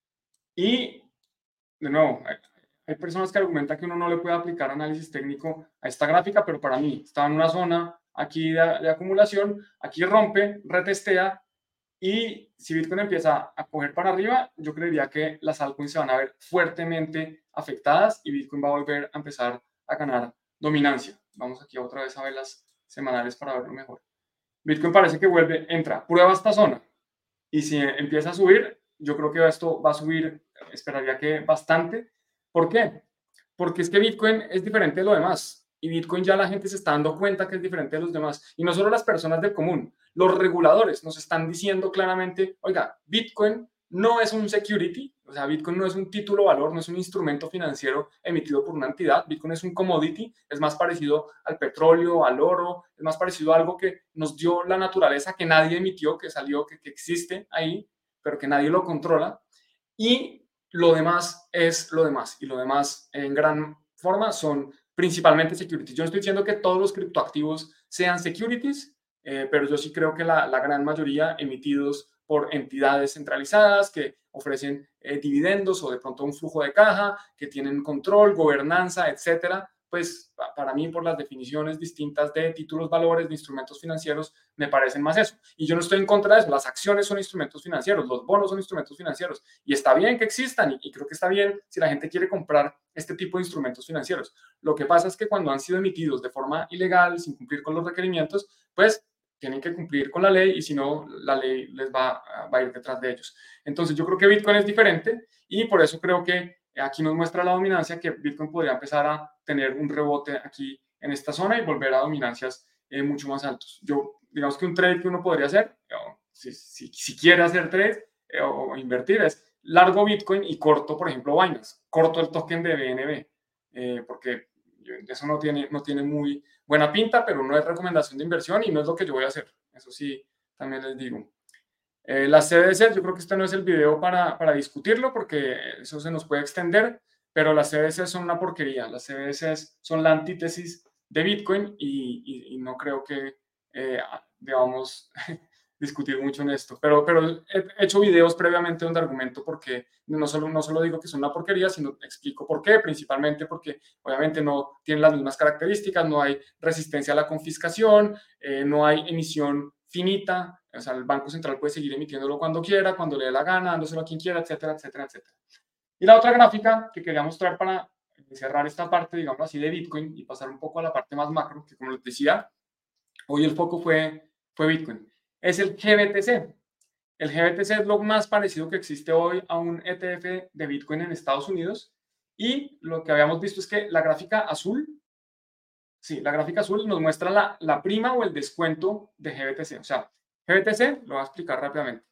Y, de nuevo, hay, hay personas que argumentan que uno no le puede aplicar análisis técnico a esta gráfica, pero para mí está en una zona aquí de, de acumulación, aquí rompe, retestea, y si Bitcoin empieza a coger para arriba, yo creería que las altcoins se van a ver fuertemente afectadas y Bitcoin va a volver a empezar a ganar dominancia. Vamos aquí otra vez a ver las semanales para verlo mejor. Bitcoin parece que vuelve, entra, prueba esta zona y si empieza a subir, yo creo que esto va a subir, esperaría que bastante. ¿Por qué? Porque es que Bitcoin es diferente de lo demás. Y Bitcoin ya la gente se está dando cuenta que es diferente de los demás. Y no solo las personas del común, los reguladores nos están diciendo claramente, oiga, Bitcoin no es un security, o sea, Bitcoin no es un título valor, no es un instrumento financiero emitido por una entidad, Bitcoin es un commodity, es más parecido al petróleo, al oro, es más parecido a algo que nos dio la naturaleza, que nadie emitió, que salió, que, que existe ahí, pero que nadie lo controla. Y lo demás es lo demás, y lo demás en gran forma son principalmente securities. Yo no estoy diciendo que todos los criptoactivos sean securities, eh, pero yo sí creo que la, la gran mayoría emitidos por entidades centralizadas que ofrecen eh, dividendos o de pronto un flujo de caja, que tienen control, gobernanza, etcétera, pues para mí por las definiciones distintas de títulos, valores, de instrumentos financieros, me parecen más eso. Y yo no estoy en contra de eso, las acciones son instrumentos financieros, los bonos son instrumentos financieros y está bien que existan y, y creo que está bien si la gente quiere comprar este tipo de instrumentos financieros. Lo que pasa es que cuando han sido emitidos de forma ilegal, sin cumplir con los requerimientos, pues tienen que cumplir con la ley y si no, la ley les va, va a ir detrás de ellos. Entonces yo creo que Bitcoin es diferente y por eso creo que Aquí nos muestra la dominancia que Bitcoin podría empezar a tener un rebote aquí en esta zona y volver a dominancias eh, mucho más altos. Yo, digamos que un trade que uno podría hacer, o si, si, si quiere hacer trade eh, o invertir, es largo Bitcoin y corto, por ejemplo, Binance. Corto el token de B N B, eh, porque eso no tiene, no tiene muy buena pinta, pero no es recomendación de inversión y no es lo que yo voy a hacer. Eso sí, también les digo. Eh, las C B D C, yo creo que este no es el video para, para discutirlo porque eso se nos puede extender, pero las C B D C son una porquería. Las C B D C son la antítesis de Bitcoin y, y, y no creo que eh, debamos discutir mucho en esto. Pero, pero he hecho videos previamente donde argumento porque no solo, no solo digo que son una porquería, sino explico por qué, principalmente porque obviamente no tienen las mismas características, no hay resistencia a la confiscación, eh, no hay emisión finita, o sea, el Banco Central puede seguir emitiéndolo cuando quiera, cuando le dé la gana, dándoselo a quien quiera, etcétera, etcétera, etcétera. Y la otra gráfica que quería mostrar para cerrar esta parte, digamos así, de Bitcoin y pasar un poco a la parte más macro, que como les decía, hoy el foco fue, fue Bitcoin, es el G B T C. El G B T C es lo más parecido que existe hoy a un E T F de Bitcoin en Estados Unidos y lo que habíamos visto es que la gráfica azul, sí, la gráfica azul nos muestra la, la prima o el descuento de G B T C. O sea, G B T C, lo voy a explicar rápidamente.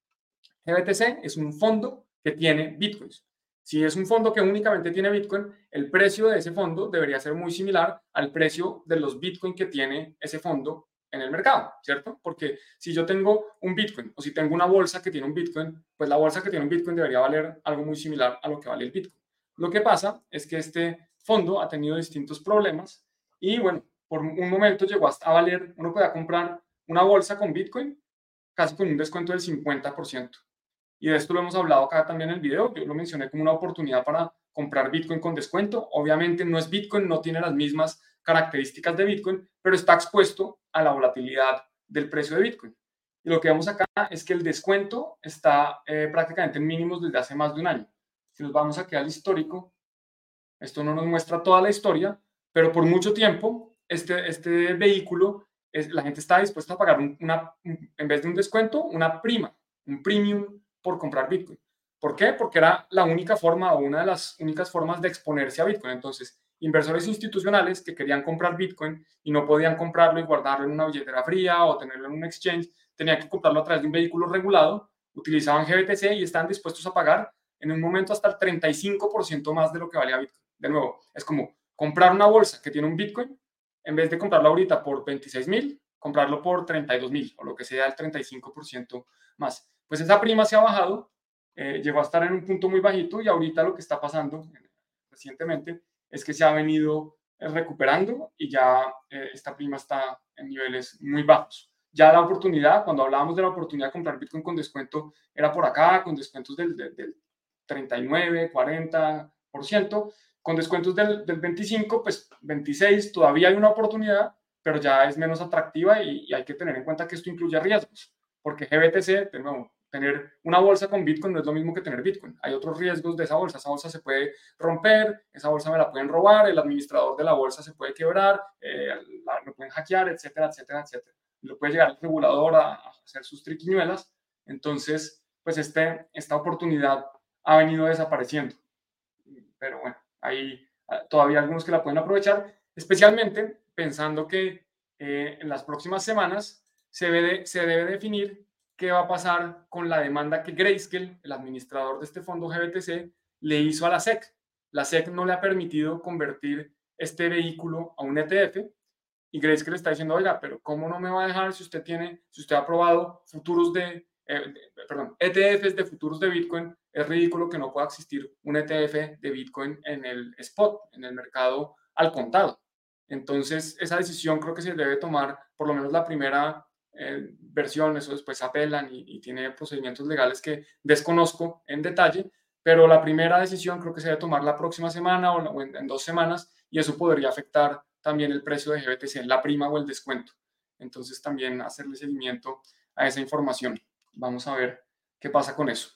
G B T C es un fondo que tiene Bitcoins. Si es un fondo que únicamente tiene Bitcoin, el precio de ese fondo debería ser muy similar al precio de los Bitcoin que tiene ese fondo en el mercado, ¿cierto? Porque si yo tengo un Bitcoin o si tengo una bolsa que tiene un Bitcoin, pues la bolsa que tiene un Bitcoin debería valer algo muy similar a lo que vale el Bitcoin. Lo que pasa es que este fondo ha tenido distintos problemas y bueno, por un momento llegó hasta a valer, uno podía comprar una bolsa con Bitcoin casi con un descuento del cincuenta por ciento. Y de esto lo hemos hablado acá también en el video, yo lo mencioné como una oportunidad para comprar Bitcoin con descuento. Obviamente no es Bitcoin, no tiene las mismas características de Bitcoin, pero está expuesto a la volatilidad del precio de Bitcoin. Y lo que vemos acá es que el descuento está eh, prácticamente en mínimos desde hace más de un año. Si nos vamos aquí al histórico, esto no nos muestra toda la historia, pero por mucho tiempo este, este vehículo, es, la gente está dispuesta a pagar una, en vez de un descuento, una prima, un premium por comprar Bitcoin. ¿Por qué? Porque era la única forma o una de las únicas formas de exponerse a Bitcoin. Entonces, inversores institucionales que querían comprar Bitcoin y no podían comprarlo y guardarlo en una billetera fría o tenerlo en un exchange, tenían que comprarlo a través de un vehículo regulado, utilizaban G B T C y estaban dispuestos a pagar en un momento hasta el treinta y cinco por ciento más de lo que valía Bitcoin. De nuevo, es como comprar una bolsa que tiene un Bitcoin, en vez de comprarlo ahorita por veintiséis mil, comprarlo por treinta y dos mil o lo que sea el treinta y cinco por ciento más. Pues esa prima se ha bajado, eh, llegó a estar en un punto muy bajito y ahorita lo que está pasando eh, recientemente es que se ha venido eh, recuperando y ya eh, esta prima está en niveles muy bajos. Ya la oportunidad, cuando hablábamos de la oportunidad de comprar Bitcoin con descuento, era por acá, con descuentos del, del, del treinta y nueve, cuarenta por ciento, con descuentos del, del veinticinco, pues veintiséis, todavía hay una oportunidad, pero ya es menos atractiva y, y hay que tener en cuenta que esto incluye riesgos, porque G B T C, de nuevo, tener una bolsa con Bitcoin no es lo mismo que tener Bitcoin. Hay otros riesgos de esa bolsa. Esa bolsa se puede romper, esa bolsa me la pueden robar, el administrador de la bolsa se puede quebrar, eh, la, lo pueden hackear, etcétera, etcétera, etcétera. Lo puede llegar el regulador a, a hacer sus triquiñuelas. Entonces, pues este, esta oportunidad ha venido desapareciendo. Pero bueno, hay todavía algunos que la pueden aprovechar, especialmente pensando que eh, en las próximas semanas se debe, se debe definir qué va a pasar con la demanda que Grayscale, el administrador de este fondo G B T C, le hizo a la S E C. La S E C no le ha permitido convertir este vehículo a un E T F y Grayscale le está diciendo, oiga, pero ¿cómo no me va a dejar si usted tiene, si usted ha aprobado futuros de, eh, perdón, E T Fs de futuros de Bitcoin? Es ridículo que no pueda existir un E T F de Bitcoin en el spot, en el mercado al contado. Entonces, esa decisión creo que se debe tomar, por lo menos la primera eh, versión, eso después apelan y, y tiene procedimientos legales que desconozco en detalle, pero la primera decisión creo que se debe tomar la próxima semana o, o en, en dos semanas y eso podría afectar también el precio de G B T C, la prima o el descuento. Entonces, también hacerle seguimiento a esa información. Vamos a ver qué pasa con eso.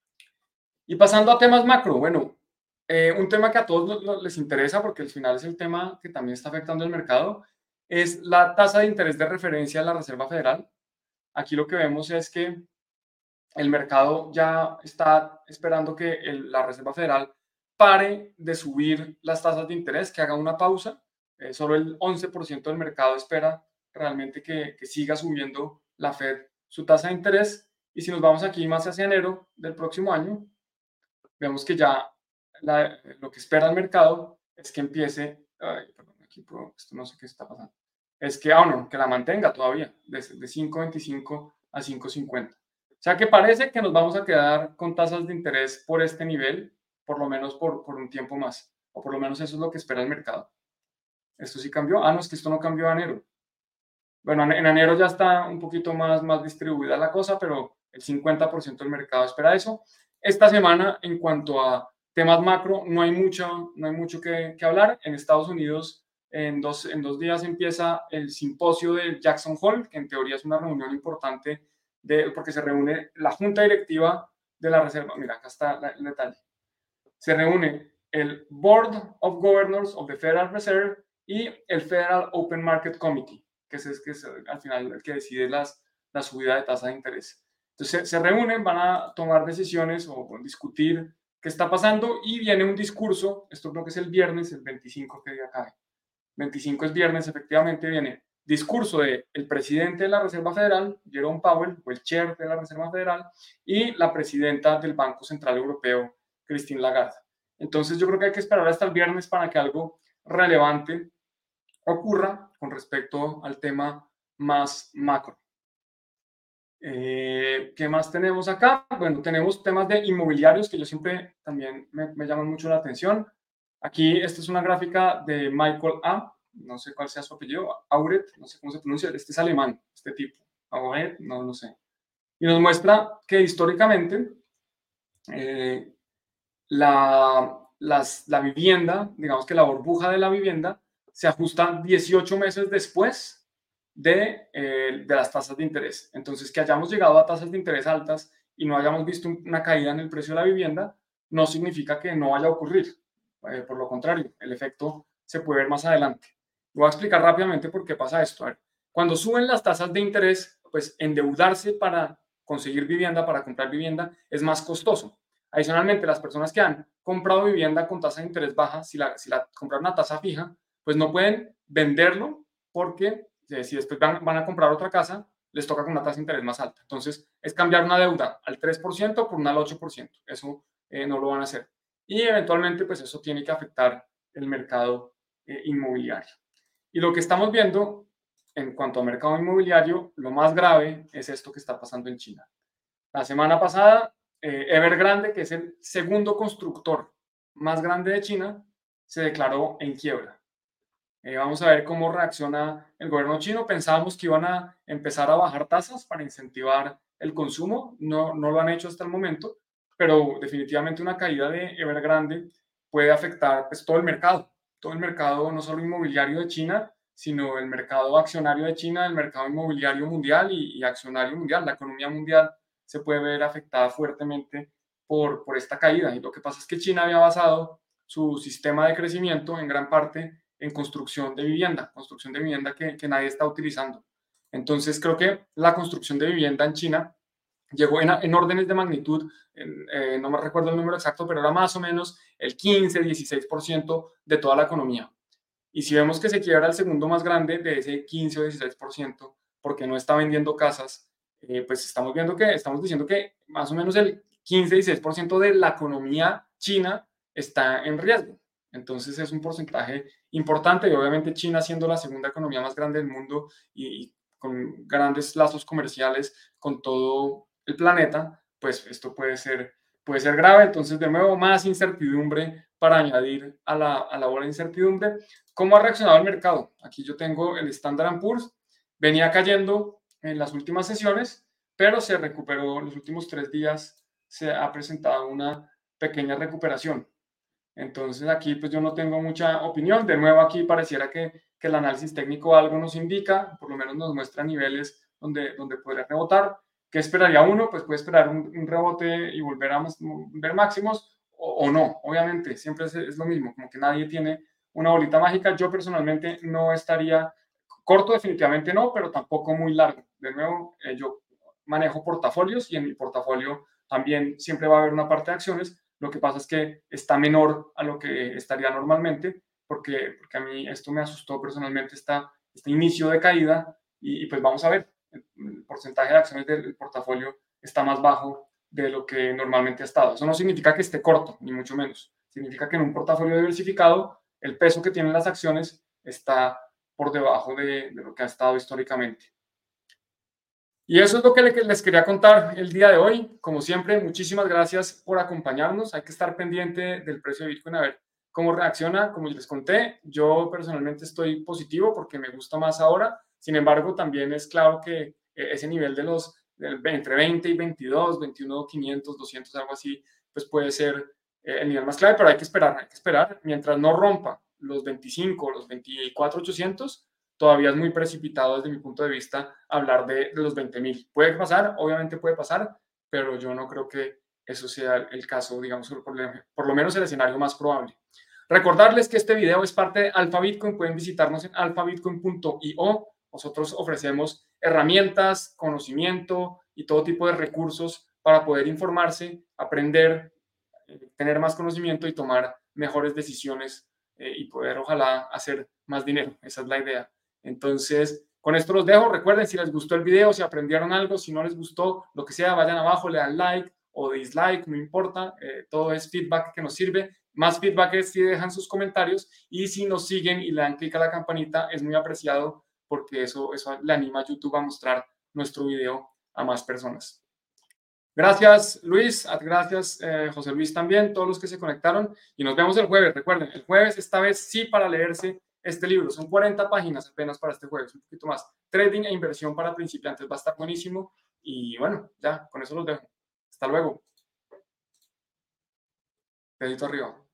Y pasando a temas macro, bueno, eh, un tema que a todos les interesa porque al final es el tema que también está afectando el mercado, es la tasa de interés de referencia de la Reserva Federal. Aquí lo que vemos es que el mercado ya está esperando que el, la Reserva Federal pare de subir las tasas de interés, que haga una pausa. Eh, solo el once por ciento del mercado espera realmente que, que siga subiendo la Fed su tasa de interés. Y si nos vamos aquí más hacia enero del próximo año, vemos que ya la- lo que espera el mercado es que empiece, ay, perdón, aquí puedo- esto no sé qué está pasando, es que, ah, no, que la mantenga todavía, de, de cinco punto veinticinco a cinco punto cincuenta. O sea que parece que nos vamos a quedar con tasas de interés por este nivel, por lo menos por, por un tiempo más, o por lo menos eso es lo que espera el mercado. Esto sí cambió, ah, no, es que esto no cambió a enero. Bueno, en enero ya está un poquito más, más distribuida la cosa, pero el cincuenta por ciento del mercado espera eso. Esta semana, en cuanto a temas macro, no hay mucho, no hay mucho que, que hablar. En Estados Unidos, en dos, en dos días empieza el simposio de Jackson Hole, que en teoría es una reunión importante de, porque se reúne la junta directiva de la Reserva. Mira, acá está la, el detalle. Se reúne el Board of Governors of the Federal Reserve y el Federal Open Market Committee, que es, que es al final el que decide las, la subida de tasa de interés. Entonces se, se reúnen, van a tomar decisiones o discutir qué está pasando y viene un discurso, esto creo que es el viernes, el veinticinco que día cae. veinticinco es viernes, efectivamente viene discurso del el presidente de la Reserva Federal, Jerome Powell, o el chair de la Reserva Federal, y la presidenta del Banco Central Europeo, Christine Lagarde. Entonces yo creo que hay que esperar hasta el viernes para que algo relevante ocurra con respecto al tema más macro. Eh, ¿Qué más tenemos acá? Bueno, tenemos temas de inmobiliarios que yo siempre también me, me llaman mucho la atención. Aquí, esta es una gráfica de Michael A. No sé cuál sea su apellido, Auret, no sé cómo se pronuncia. Este es alemán, este tipo. Auret, no lo sé. Y nos muestra que históricamente eh, la, las, la vivienda, digamos que la burbuja de la vivienda, se ajusta dieciocho meses después de, eh, de las tasas de interés. Entonces, que hayamos llegado a tasas de interés altas y no hayamos visto una caída en el precio de la vivienda, no significa que no vaya a ocurrir. Eh, por lo contrario, el efecto se puede ver más adelante. Voy a explicar rápidamente por qué pasa esto. A ver, cuando suben las tasas de interés, pues endeudarse para conseguir vivienda, para comprar vivienda, es más costoso. Adicionalmente, las personas que han comprado vivienda con tasa de interés baja, si la, si la compraron a tasa fija, pues no pueden venderlo porque eh, si después van, van, a comprar otra casa, les toca con una tasa de interés más alta. Entonces, es cambiar una deuda al tres por ciento por una al ocho por ciento. Eso eh, no lo van a hacer. Y eventualmente, pues eso tiene que afectar el mercado eh, inmobiliario. Y lo que estamos viendo en cuanto al mercado inmobiliario, lo más grave es esto que está pasando en China. La semana pasada, eh, Evergrande, que es el segundo constructor más grande de China, se declaró en quiebra. Eh, vamos a ver cómo reacciona el gobierno chino. Pensábamos que iban a empezar a bajar tasas para incentivar el consumo. No, no lo han hecho hasta el momento, pero definitivamente una caída de Evergrande puede afectar pues, todo el mercado. Todo el mercado, no solo inmobiliario de China, sino el mercado accionario de China, el mercado inmobiliario mundial y, y accionario mundial. La economía mundial se puede ver afectada fuertemente por, por esta caída. Y lo que pasa es que China había basado su sistema de crecimiento en gran parte en construcción de vivienda, construcción de vivienda que, que nadie está utilizando. Entonces creo que la construcción de vivienda en China llegó en, en órdenes de magnitud, en, eh, no me recuerdo el número exacto, pero era más o menos el quince, dieciséis por ciento de toda la economía. Y si vemos que se quiebra el segundo más grande de ese quince o dieciséis por ciento porque no está vendiendo casas, eh, pues estamos viendo que, estamos diciendo que más o menos el quince, dieciséis por ciento de la economía china está en riesgo. Entonces es un porcentaje importante y obviamente China siendo la segunda economía más grande del mundo y, y con grandes lazos comerciales con todo el planeta, pues esto puede ser, puede ser grave. Entonces, de nuevo, más incertidumbre para añadir a la, a la bola de incertidumbre. ¿Cómo ha reaccionado el mercado? Aquí yo tengo el Standard and Poor's. Venía cayendo en las últimas sesiones, pero se recuperó en los últimos tres días. Se ha presentado una pequeña recuperación. Entonces aquí pues yo no tengo mucha opinión. De nuevo aquí pareciera que, que el análisis técnico algo nos indica, por lo menos nos muestra niveles donde, donde podría rebotar. ¿Qué esperaría uno? Pues puede esperar un, un rebote y volver a ver máximos o, o no. Obviamente, siempre es, es lo mismo, como que nadie tiene una bolita mágica. Yo personalmente no estaría corto, definitivamente no, pero tampoco muy largo. De nuevo, eh, yo manejo portafolios y en mi portafolio también siempre va a haber una parte de acciones, Lo que pasa es que está menor a lo que estaría normalmente, porque, porque a mí esto me asustó personalmente, esta, este inicio de caída, y, y pues vamos a ver, el, el porcentaje de acciones del portafolio está más bajo de lo que normalmente ha estado. Eso no significa que esté corto, ni mucho menos. Significa que en un portafolio diversificado, el peso que tienen las acciones está por debajo de, de lo que ha estado históricamente. Y eso es lo que les quería contar el día de hoy. Como siempre, muchísimas gracias por acompañarnos. Hay que estar pendiente del precio de Bitcoin a ver cómo reacciona. Como les conté, yo personalmente estoy positivo porque me gusta más ahora. Sin embargo, también es claro que ese nivel de los entre veinte y veintidós, veintiuno, quinientos, doscientos, algo así, pues puede ser el nivel más clave, pero hay que esperar, hay que esperar. Mientras no rompa los veinticinco, los veinticuatro, ochocientos, todavía es muy precipitado desde mi punto de vista hablar de, de los veinte mil. Puede pasar, obviamente puede pasar, pero yo no creo que eso sea el caso, digamos, por, por lo menos el escenario más probable. Recordarles que este video es parte de Alpha Bitcoin. Pueden visitarnos en alpha bitcoin punto io. Nosotros ofrecemos herramientas, conocimiento y todo tipo de recursos para poder informarse, aprender, tener más conocimiento y tomar mejores decisiones eh, y poder, ojalá, hacer más dinero. Esa es la idea. Entonces, con esto los dejo. Recuerden, si les gustó el video, si aprendieron algo, si no les gustó, lo que sea, vayan abajo, le dan like o dislike, no importa. Eh, todo es feedback que nos sirve. Más feedback es si dejan sus comentarios, y si nos siguen y le dan clic a la campanita, es muy apreciado porque eso, eso le anima a YouTube a mostrar nuestro video a más personas. Gracias, Luis. Gracias, eh, José Luis, también, todos los que se conectaron. Y nos vemos el jueves. Recuerden, el jueves, esta vez sí, para leerse este libro. Son cuarenta páginas apenas para este jueves, un poquito más. Trading e inversión para principiantes. Va a estar buenísimo. Y bueno, ya, con eso los dejo. Hasta luego. Dedito arriba.